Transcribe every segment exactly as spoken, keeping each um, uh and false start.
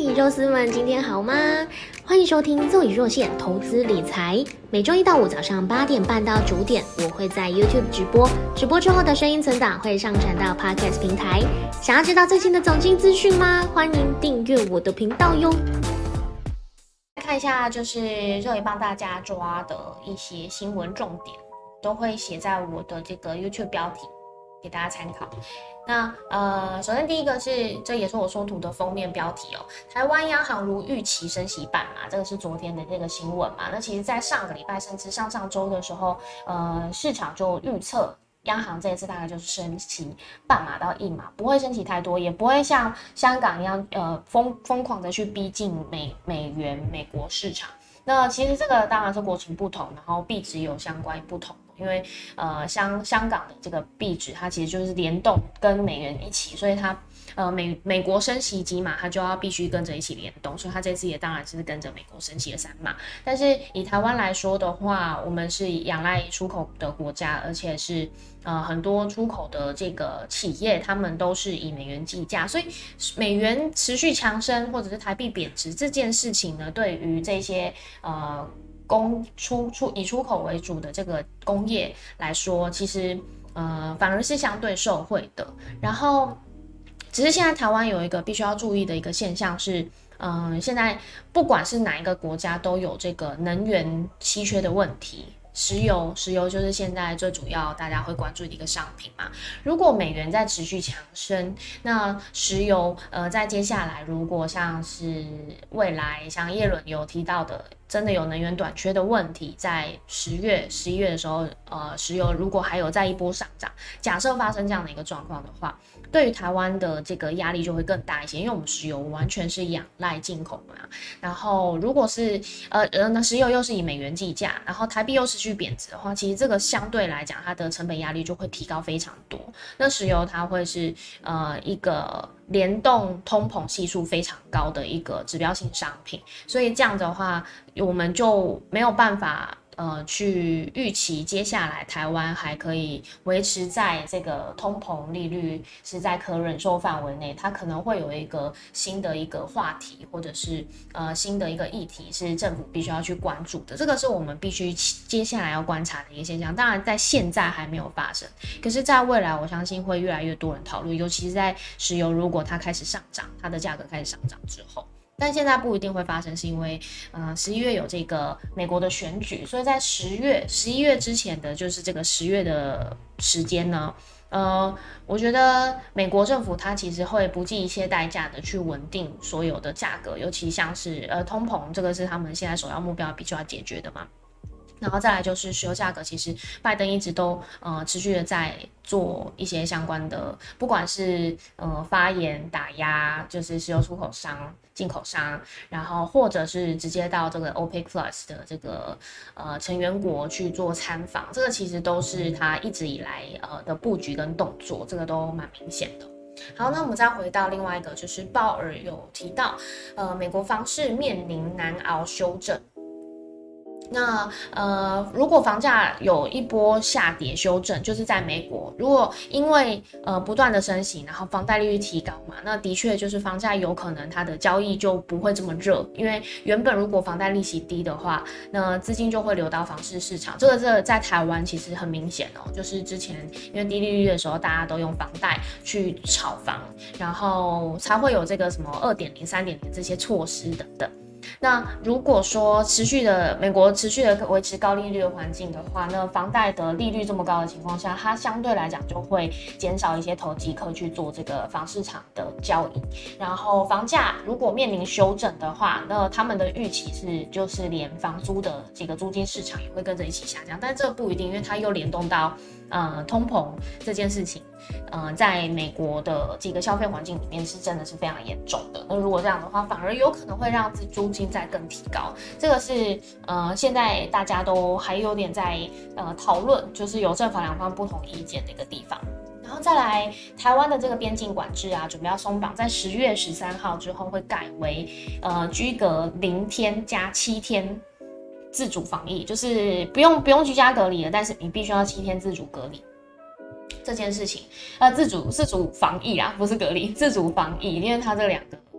肉丝们今天好吗？欢迎收听奏以若线投资理财，每周一到五早上八点半到九点，我会在 YouTube 直播，直播之后的声音存档会上传到 Podcast 平台。想要知道最新的总经资讯吗？欢迎订阅我的频道哟。看一下就是这里帮大家抓的一些新闻重点，都会写在我的这个 YouTube 标题，给大家参考。那呃，首先第一个是，这也是我说图的封面标题哦。台湾央行如预期升息半码，这个是昨天的这个新闻嘛。那其实，在上个礼拜甚至上上周的时候，呃，市场就预测央行这一次大概就是升息半码到一码，不会升息太多，也不会像香港一样，呃，疯疯狂的去逼近美美元美国市场。那其实这个当然是国情不同，然后币值有相关不同。因为呃香香港的这个币值它其实就是联动跟美元一起，所以它呃美美国升息几码，它就要必须跟着一起联动，所以它这次也当然是跟着美国升息了三码。但是以台湾来说的话，我们是仰赖出口的国家，而且是呃很多出口的这个企业，他们都是以美元计价，所以美元持续强升或者是台币贬值这件事情呢，对于这些呃。工出出以出口为主的这个工业来说，其实呃反而是相对受惠的。然后，只是现在台湾有一个必须要注意的一个现象是，嗯、呃，现在不管是哪一个国家都有这个能源稀缺的问题。石油，石油就是现在最主要大家会关注的一个商品嘛。如果美元在持续强升，那石油呃在接下来如果像是未来像叶伦有提到的，真的有能源短缺的问题，在十月、十一月的时候，呃，石油如果还有再一波上涨，假设发生这样的一个状况的话，对于台湾的这个压力就会更大一些，因为我们石油完全是仰赖进口嘛。然后如果是呃呃，石油又是以美元计价，然后台币又持续贬值的话，其实这个相对来讲，它的成本压力就会提高非常多。那石油它会是呃一个联动通膨系数非常高的一个指标性商品，所以这样的话，我们就没有办法呃去预期接下来台湾还可以维持在这个通膨利率是在可忍受范围内，它可能会有一个新的一个话题，或者是呃新的一个议题是政府必须要去关注的，这个是我们必须接下来要观察的一个现象。当然在现在还没有发生，可是在未来我相信会越来越多人讨论，尤其是在石油如果它开始上涨，它的价格开始上涨之后。但现在不一定会发生，是因为呃十一月有这个美国的选举，所以在十月、十一月之前的就是这个十月的时间呢，呃，我觉得美国政府它其实会不计一切代价的去稳定所有的价格，尤其像是呃通膨，这个是他们现在首要目标必须要解决的嘛。然后再来就是石油价格，其实拜登一直都呃持续的在做一些相关的，不管是呃发言打压，就是石油出口商、进口商，然后或者是直接到这个 OPEC Plus 的这个呃成员国去做参访，这个其实都是他一直以来呃的布局跟动作，这个都蛮明显的。好，那我们再回到另外一个，就是鲍尔有提到，呃，美国房市面临难熬修正。那呃，如果房价有一波下跌修正，就是在美国，如果因为呃不断的升息，然后房贷利率提高嘛，那的确就是房价有可能它的交易就不会这么热，因为原本如果房贷利息低的话，那资金就会流到房市市场。这个这个在台湾其实很明显哦，就是之前因为低利率的时候，大家都用房贷去炒房，然后才会有这个什么二点零、三点零这些措施等等。那如果说持续的美国持续的维持高利率的环境的话，那房贷的利率这么高的情况下，它相对来讲就会减少一些投机客去做这个房市场的交易。然后房价如果面临修正的话，那他们的预期是就是连房租的这个租金市场也会跟着一起下降，但这个不一定，因为它又联动到呃通膨这件事情。呃，在美国的这个消费环境里面是真的是非常严重的。那如果这样的话，反而有可能会让租金再更提高。这个是呃现在大家都还有点在呃讨论，就是有正反两方不同意见的一个地方。然后再来，台湾的这个边境管制啊，准备要松绑，在十月十三号之后会改为呃居隔零天加七天自主防疫，就是不用不用居家隔离了，但是你必须要七天自主隔离。这件事情，呃，自主自主防疫啊，不是隔离，自主防疫，因为它这两个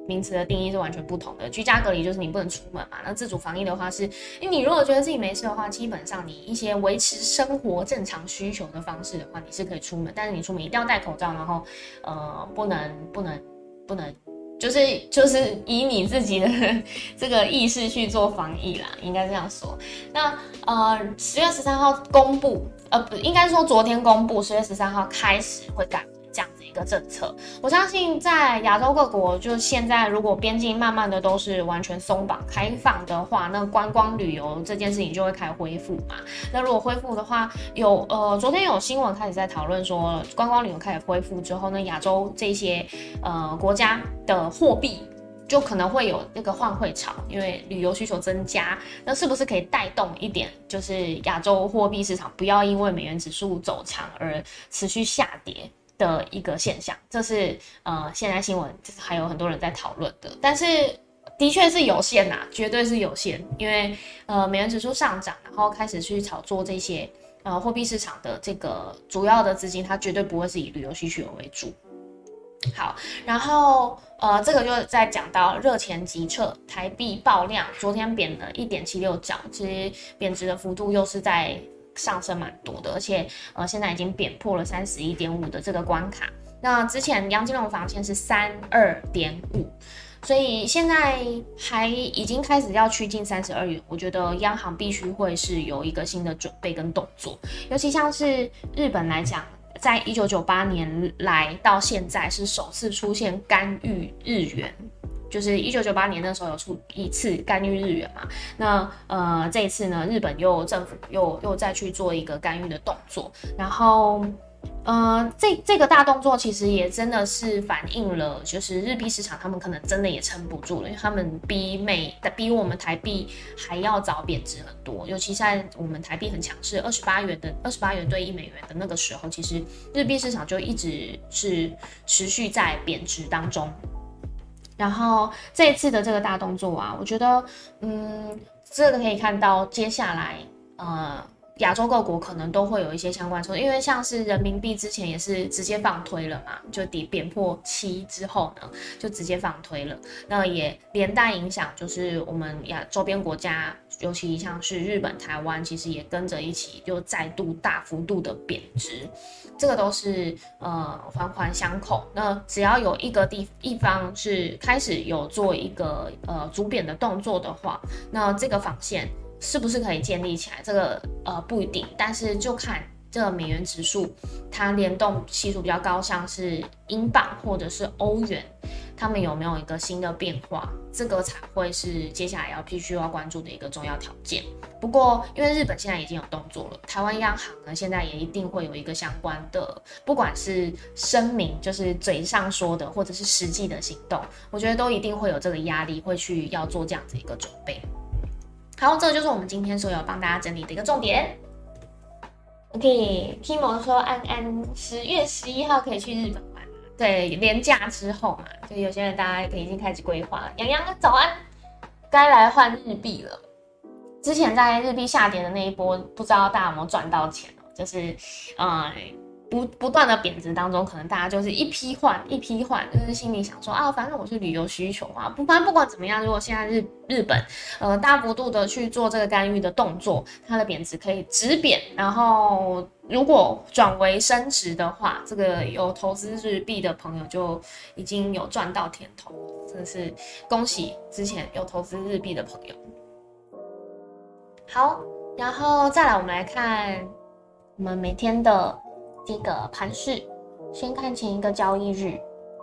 名词的定义是完全不同的。居家隔离就是你不能出门嘛，那自主防疫的话是，因为你如果觉得自己没事的话，基本上你一些维持生活正常需求的方式的话，你是可以出门，但是你出门一定要戴口罩，然后呃不能不能不能。就是就是以你自己的这个意识去做防疫啦，应该这样说。那呃十月十三号公布，呃不应该说昨天公布，十月十三号开始会改这样子一个政策。我相信在亚洲各国，就现在如果边境慢慢的都是完全松绑开放的话，那观光旅游这件事情就会开始恢复嘛。那如果恢复的话，有呃昨天有新闻开始在讨论说，观光旅游开始恢复之后呢，亚洲这些呃国家的货币就可能会有那个换汇潮，因为旅游需求增加，那是不是可以带动一点，就是亚洲货币市场不要因为美元指数走强而持续下跌的一个现象？这是呃现在新闻还有很多人在讨论的，但是的确是有限呐、啊，绝对是有限，因为呃美元指数上涨，然后开始去炒作这些呃货币市场的这个主要的资金，它绝对不会是以旅游需求为主。好，然后呃，这个就在讲到热钱急撤，台币爆量，昨天贬了 一点七六角，其实贬值的幅度又是在上升蛮多的，而且呃现在已经贬破了 三十一点五 的这个关卡。那之前央金龙房签是 三十二点五，所以现在还已经开始要趋近三十二元，我觉得央行必须会是有一个新的准备跟动作，尤其像是日本来讲。在一九九八年来到现在是首次出现干预日元，就是一九九八年那时候有出一次干预日元嘛，那呃这一次呢，日本又政府又又再去做一个干预的动作，然后呃这这个大动作其实也真的是反映了，就是日币市场他们可能真的也撑不住了，因为他们比美比我们台币还要早贬值很多，尤其在我们台币很强势，二十八元的二十八元兑一美元的那个时候，其实日币市场就一直是持续在贬值当中。然后这一次的这个大动作啊，我觉得嗯这个可以看到接下来呃。亚洲各国可能都会有一些相关措施，因为像是人民币之前也是直接放推了嘛，就抵贬破七之后呢，就直接放推了，那也连带影响，就是我们亚周边国家，尤其像是日本、台湾，其实也跟着一起就再度大幅度的贬值，这个都是呃环环相扣。那只要有一个地一方是开始有做一个呃逐贬的动作的话，那这个防线。是不是可以建立起来？这个呃不一定，但是就看这个美元指数它联动系数比较高，像是英镑或者是欧元，他们有没有一个新的变化？这个才会是接下来要必须要关注的一个重要条件。不过，因为日本现在已经有动作了，台湾央行呢现在也一定会有一个相关的，不管是声明，就是嘴上说的，或者是实际的行动，我觉得都一定会有这个压力，会去要做这样子一个准备。好，这个就是我们今天所有帮大家整理的一个重点。OK，Kimo 说安安十月十一号可以去日本玩，对，连假之后嘛，就有些人大家已经开始规划了。洋洋早安，该来换日币了。之前在日币下跌的那一波，不知道大家有没有赚到钱哦？就是呃。不不断的贬值当中，可能大家就是一批换一批换，就是心里想说啊，反正我是旅游需求嘛，不，反正不管怎么样，如果现在日日本呃大幅度的去做这个干预的动作，它的贬值可以止贬，然后如果转为升值的话，这个有投资日币的朋友就已经有赚到甜头了，真的是恭喜之前有投资日币的朋友。好，然后再来我们来看我们每天的。这个盘势，先看前一个交易日，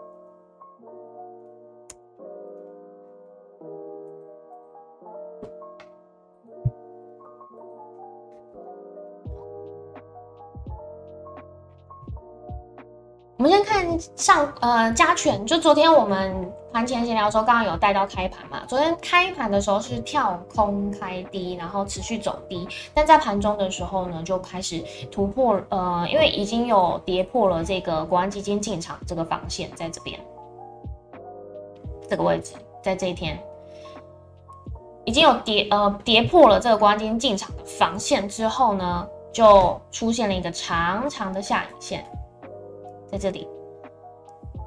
我们先看上呃加权，就昨天我们盘前闲聊的时候，刚刚有带到开盘嘛。昨天开盘的时候是跳空开低，然后持续走低，但在盘中的时候呢，就开始突破呃，因为已经有跌破了这个国安基金进场这个防线，在这边这个位置，在这一天已经有跌呃跌破了这个国安基金进场的防线之后呢，就出现了一个长长的下影线。在这里，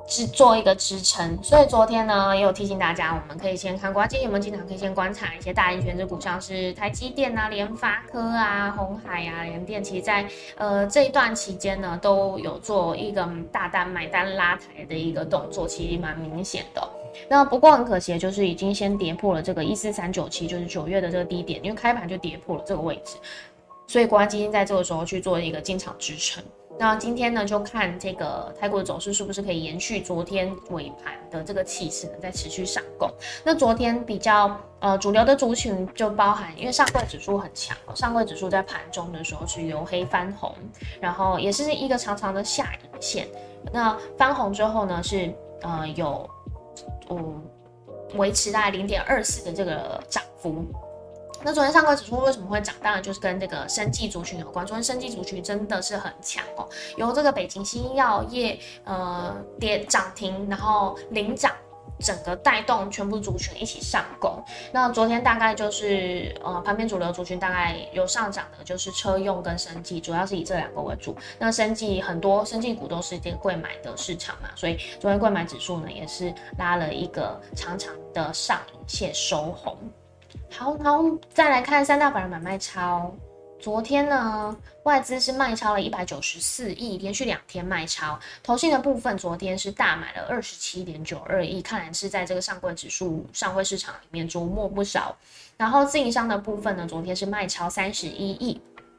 支做一个支撑，所以昨天呢也有提醒大家，我们可以先看国家有没有进场，可以先观察一些大型权值股，像是台积电啊、联发科啊、鸿海啊、联电，其实在呃这一段期间呢都有做一个大单买单拉抬的一个动作，其实蛮明显的。那不过很可惜的就是已经先跌破了这个一四三九七，就是九月的这个低点，因为开盘就跌破了这个位置，所以国安基金在这个时候去做一个进场支撑。那今天呢，就看这个台股的走势是不是可以延续昨天尾盘的这个气势呢，再持续上攻。那昨天比较呃主流的族群就包含，因为上柜指数很强，上柜指数在盘中的时候是由黑翻红，然后也是一个长长的下影线。那翻红之后呢，是呃有嗯维持大概零点二四的这个涨幅。那昨天上柜指数为什么会涨？当然就是跟这个生技族群有关。昨天生技族群真的是很强哦，由这个北京新药业呃跌涨停，然后领涨，整个带动全部族群一起上攻。那昨天大概就是呃盘边主流族群大概有上涨的，就是车用跟生技，主要是以这两个为主。那生技很多生技股都是这个柜买的市场嘛，所以昨天柜买指数呢也是拉了一个长长的上影线收红。好，然后再来看三大法人买卖超。昨天呢，外资是卖超了一百九十四亿，连续两天卖超。投信的部分，昨天是大买了二十七点九二亿，看来是在这个上柜指数、上柜市场里面琢磨不少。然后自营商的部分呢，昨天是卖超三十一亿。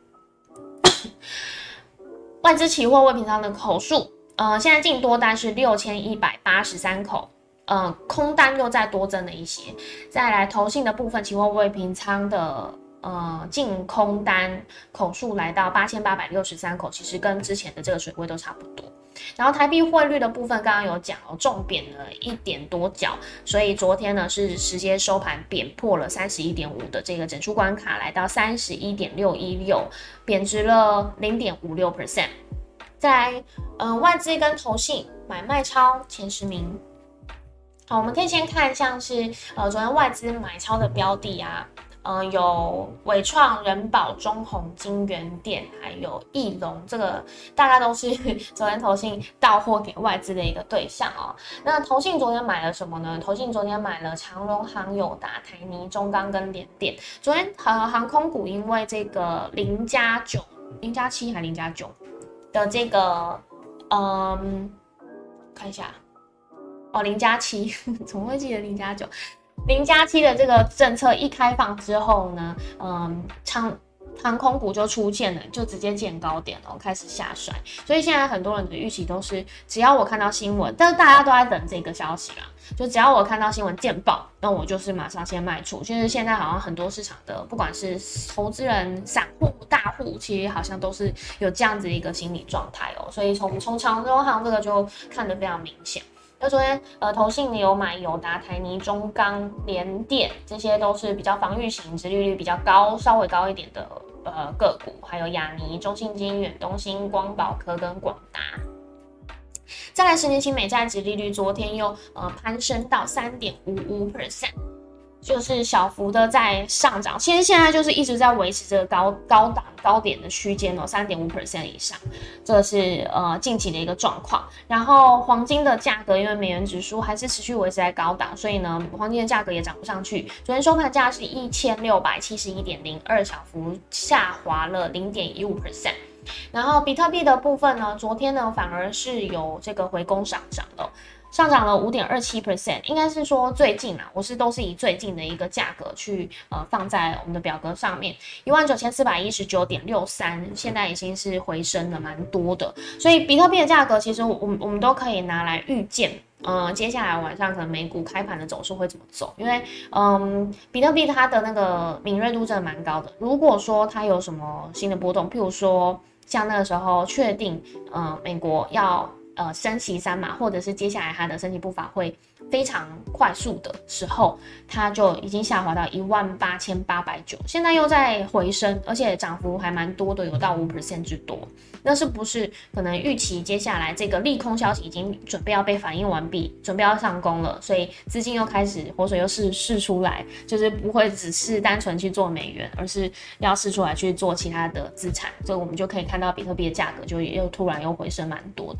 外资期货未平仓的口数，呃，现在净多单是六千一百八十三口。呃，空单又再多增了一些。再来投信的部分，期货未平仓的呃净空单口数来到八千八百六十三口，其实跟之前的这个水位都差不多。然后台币汇率的部分，刚刚有讲哦，重贬了一点多角，所以昨天呢是直接收盘贬破了三十一点五的这个整数关卡，来到三十一点六一六，贬值了零点五六 percent。再来，呃，外资跟投信买卖超前十名。好，我们可以先看像是呃昨天外资买超的标的啊，呃有伟创、人保、中宏、金源店，还有义隆，这个大概都是昨天投信到货给外资的一个对象哦。那投信昨天买了什么呢？投信昨天买了长荣航、友达、台泥、中钢跟联电。昨天呃航空股因为这个零加九、零加七还零加九的这个嗯，看一下。哦，零加七，怎么会记得零加九？零加七的这个政策一开放之后呢，嗯，长航空股就出现了，就直接见高点了，开始下摔。所以现在很多人的预期都是，只要我看到新闻，但是大家都在等这个消息啦。就只要我看到新闻见报，那我就是马上先卖出。就是现在好像很多市场的，不管是投资人、散户、大户，其实好像都是有这样子一个心理状态哦。所以从从长荣航这个就看得非常明显。那昨天呃，投信有买友达、台泥、中钢、联电，这些都是比较防御型、殖利率比较高、稍微高一点的呃个股，还有亚泥、中信金、远东、星光、宝科跟广达。再来，十年期美债殖利率昨天又呃攀升到 百分之三点五五，就是小幅的在上涨。其实现在就是一直在维持这个高高档高点的区间哦 ，百分之三点五 以上，这是呃近期的一个状况。然后黄金的价格，因为美元指数还是持续维持在高档，所以呢，黄金的价格也涨不上去。昨天收盘价是一千六百七十一点零二，小幅下滑了 百分之零点一五。然后比特币的部分呢，昨天呢反而是有这个回攻上涨的。上涨了 百分之五点二七， 应该是说最近啊，我是都是以最近的一个价格去呃放在我们的表格上面， 一万九千四百一十九点六三， 现在已经是回升了蛮多的，所以比特币的价格其实我们我们都可以拿来预见。呃，接下来晚上可能美股开盘的走势会怎么走？因为，嗯，比特币它的那个敏锐度真的蛮高的。如果说它有什么新的波动，譬如说像那个时候确定，呃，美国要呃升息三码，或者是接下来它的升息步伐会非常快速的时候，它就已经下滑到一万八千八百九，现在又在回升，而且涨幅还蛮多的，有到 百分之五 之多。那是不是可能预期接下来这个利空消息已经准备要被反映完毕，准备要上攻了，所以资金又开始活水又释释出来，就是不会只是单纯去做美元，而是要释出来去做其他的资产，所以我们就可以看到比特币的价格就又突然又回升蛮多的。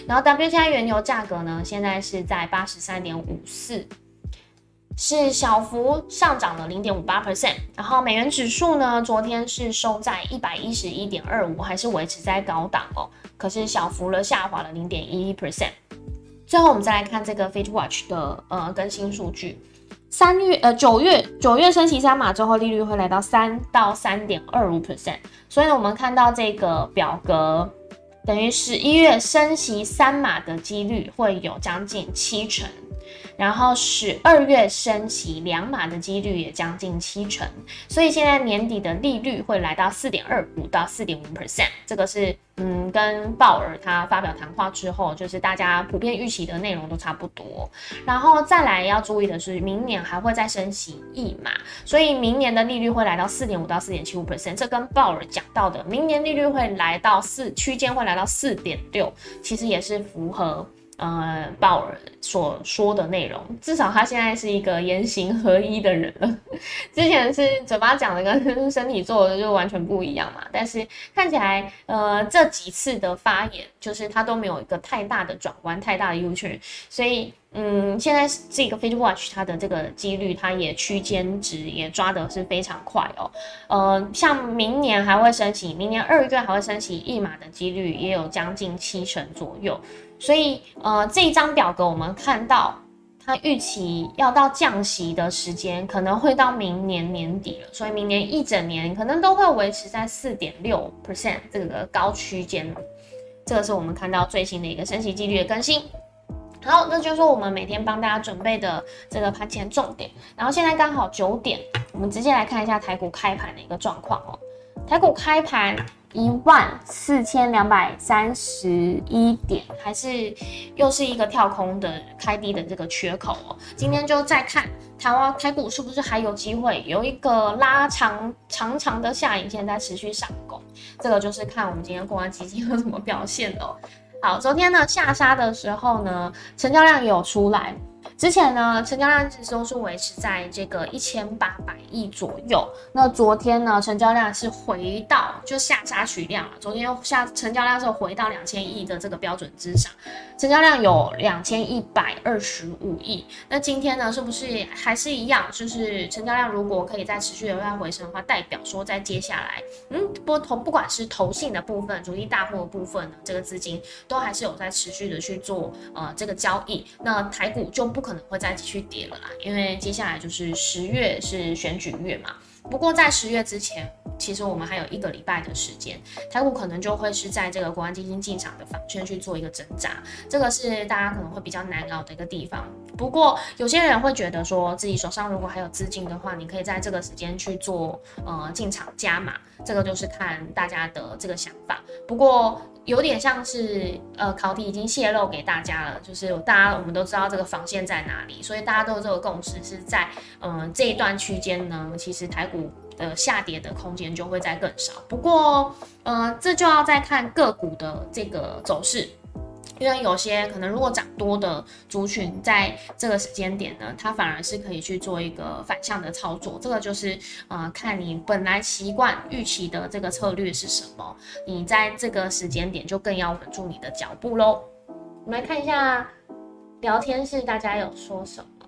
然后 W T I 原油价格呢，现在是在 八十三点五四。是小幅上涨了 百分之零点五八， 然后美元指数呢，昨天是收在 一百一十一点二五，还是维持在高档哦，可是小幅了下滑了 百分之零点一一。最后我们再来看这个 FedWatch 的呃更新数据，三月呃九月九月升息三码之后，利率会来到三到 三点二五， 所以呢，我们看到这个表格，等于十一月升息三码的几率会有将近七成。然后十二月升息两码的几率也将近七成，所以现在年底的利率会来到 四点二五 到 四点五， 这个是嗯跟鲍尔他发表谈话之后，就是大家普遍预期的内容都差不多。然后再来要注意的是，明年还会再升息一码，所以明年的利率会来到 四点五 到 四点七五， 这跟鲍尔讲到的明年利率会来到四区间会来到 四点六， 其实也是符合呃，鲍尔所说的内容，至少他现在是一个言行合一的人了。之前是嘴巴讲的跟身体做的就完全不一样嘛，但是看起来，呃，这几次的发言，就是他都没有一个太大的转弯，太大的 U-turn， 所以，嗯，现在这个 FedWatch 它的这个几率，它也区间值也抓的是非常快哦。呃，像明年还会升息，明年二月还会升息一码的几率也有将近七成左右。所以，呃，这一张表格我们看到，它预期要到降息的时间可能会到明年年底了，所以明年一整年可能都会维持在 四点六 这个高区间。这个是我们看到最新的一个升息几率的更新。好，那就是我们每天帮大家准备的这个盘前重点。然后现在刚好九点，我们直接来看一下台股开盘的一个状况哦。台股开盘一万四千两百三十一点，还是又是一个跳空的开低的这个缺口哦。今天就再看台湾台股是不是还有机会有一个拉长长长的下影线在持续上攻，这个就是看我们今天公安基金有什么表现哦。好，昨天呢下杀的时候呢，成交量也有出来。之前呢，成交量一直都是维持在这个一千八百亿左右。那昨天呢，成交量是回到就下杀取量了。昨天下成交量是回到两千亿的这个标准之上，成交量有两千一百二十五亿。那今天呢，是不是还是一样？就是成交量如果可以再持续的再回升的话，代表说在接下来，嗯，不投不管是投信的部分、主力大户的部分呢，这个资金都还是有在持续的去做呃这个交易。那台股就不可能会再继续跌了啦，因为接下来就是十月是选举月嘛。不过在十月之前，其实我们还有一个礼拜的时间，台股可能就会是在这个国安基金进场的房圈去做一个挣扎，这个是大家可能会比较难熬的一个地方。不过有些人会觉得说，自己手上如果还有资金的话，你可以在这个时间去做呃进场加码，这个就是看大家的这个想法。不过有点像是呃考题已经泄露给大家了，就是大家我们都知道这个防线在哪里，所以大家都有这个共识是在呃这一段区间呢，其实台股的下跌的空间就会再更少。不过呃这就要再看个股的这个走势。因为有些可能如果涨多的族群在这个时间点呢，它反而是可以去做一个反向的操作，这个就是呃看你本来习惯预期的这个策略是什么，你在这个时间点就更要稳住你的脚步咯。我们来看一下聊天室大家有说什么。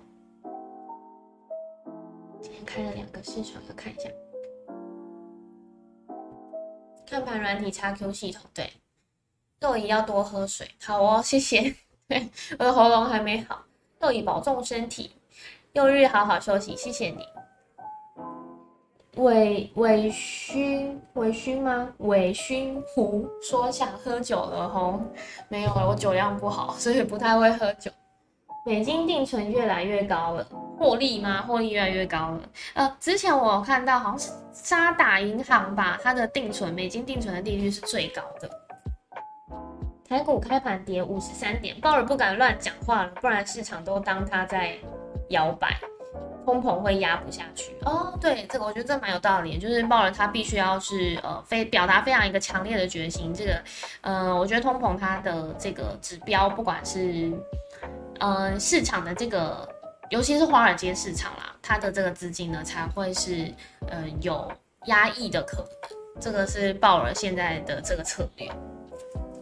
今天开了两个市场，要看一下。看盘软体 X Q 系统，对。豆姨要多喝水，好哦，谢谢。对，我的喉咙还没好，豆姨保重身体，六日好好休息，谢谢你。尾尾醺尾醺吗？尾醺湖说想喝酒了吼，没有了，我酒量不好，所以不太会喝酒。美金定存越来越高了，获利吗？获利越来越高了。呃，之前我有看到好像是渣打银行吧，它的定存美金定存的利率是最高的。台股开盘跌五十三点，鲍尔不敢乱讲话了，不然市场都当他在摇摆，通膨会压不下去。哦，对，这个我觉得这蛮有道理的，就是鲍尔他必须要是呃非表达非常一个强烈的决心。这个，呃，我觉得通膨它的这个指标，不管是呃市场的这个，尤其是华尔街市场啦，它的这个资金呢才会是呃有压抑的可能。这个是鲍尔现在的这个策略。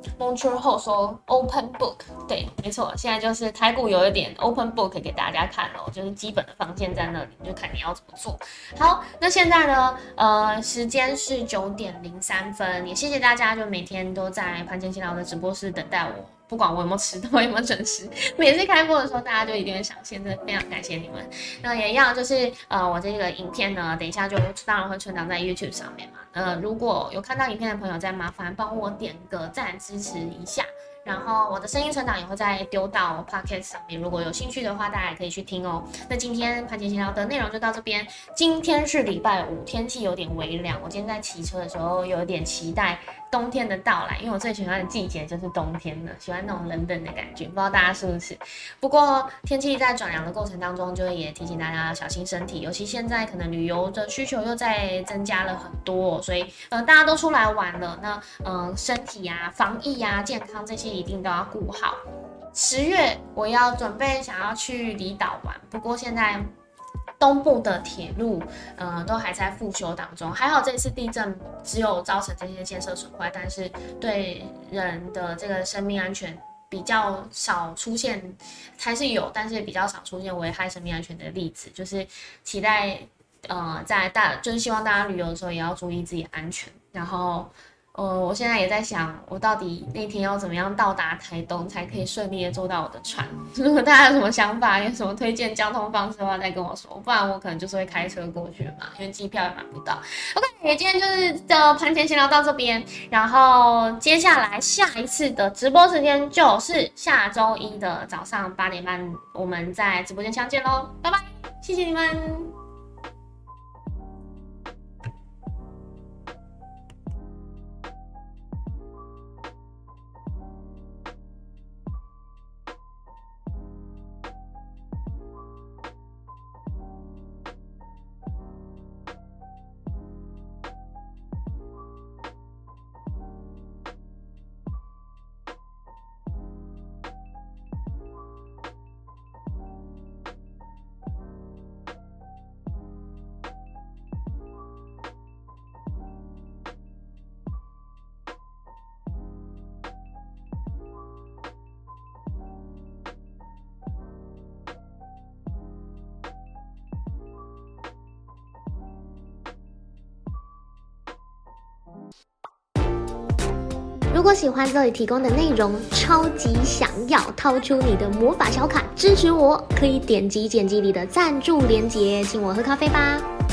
Montreal 后说 Open Book， 对，没错，现在就是台股有一点 Open Book 给大家看哦，就是基本的方向在那里，就看你要怎么做。好，那现在呢，呃，时间是九点零三分，也谢谢大家，就每天都在盘前闲聊的直播室等待我。不管我有没有迟到，有没有准时，每次开播的时候，大家就一定会上线，真的非常感谢你们。那也一样，就是呃，我这个影片呢，等一下就当然会存档在 YouTube 上面嘛。呃，如果有看到影片的朋友，再麻烦帮我点个赞支持一下。然后我的声音存档也会再丢到 Podcast 上面，如果有兴趣的话，大家也可以去听哦。那今天盘前闲聊的内容就到这边。今天是礼拜五，天气有点微凉，我今天在骑车的时候有点期待冬天的到来，因为我最喜欢的季节就是冬天了，喜欢那种冷冷的感觉，不知道大家是不是？不过天气在转凉的过程当中，就也提醒大家小心身体，尤其现在可能旅游的需求又在增加了很多，所以呃大家都出来玩了，那呃身体啊、防疫啊、健康这些一定都要顾好。十月我要准备想要去离岛玩，不过现在东部的铁路，呃，都还在复修当中。还好这次地震只有造成这些建设损坏，但是对人的这个生命安全比较少出现，还是有，但是比较少出现危害生命安全的例子。就是期待，呃，在大就是希望大家旅游的时候也要注意自己的安全，然后。呃，我现在也在想，我到底那天要怎么样到达台东，才可以顺利的坐到我的船？如果大家有什么想法，有什么推荐交通方式的话，再跟我说，不然我可能就是会开车过去嘛，因为机票也买不到。OK， 今天就是的盘前闲聊到这边，然后接下来下一次的直播时间就是下周一的早上八点半，我们在直播间相见喽，拜拜，谢谢你们。如果喜欢这里提供的内容，超级想要掏出你的魔法小卡支持我，可以点击简介里的赞助连结，请我喝咖啡吧。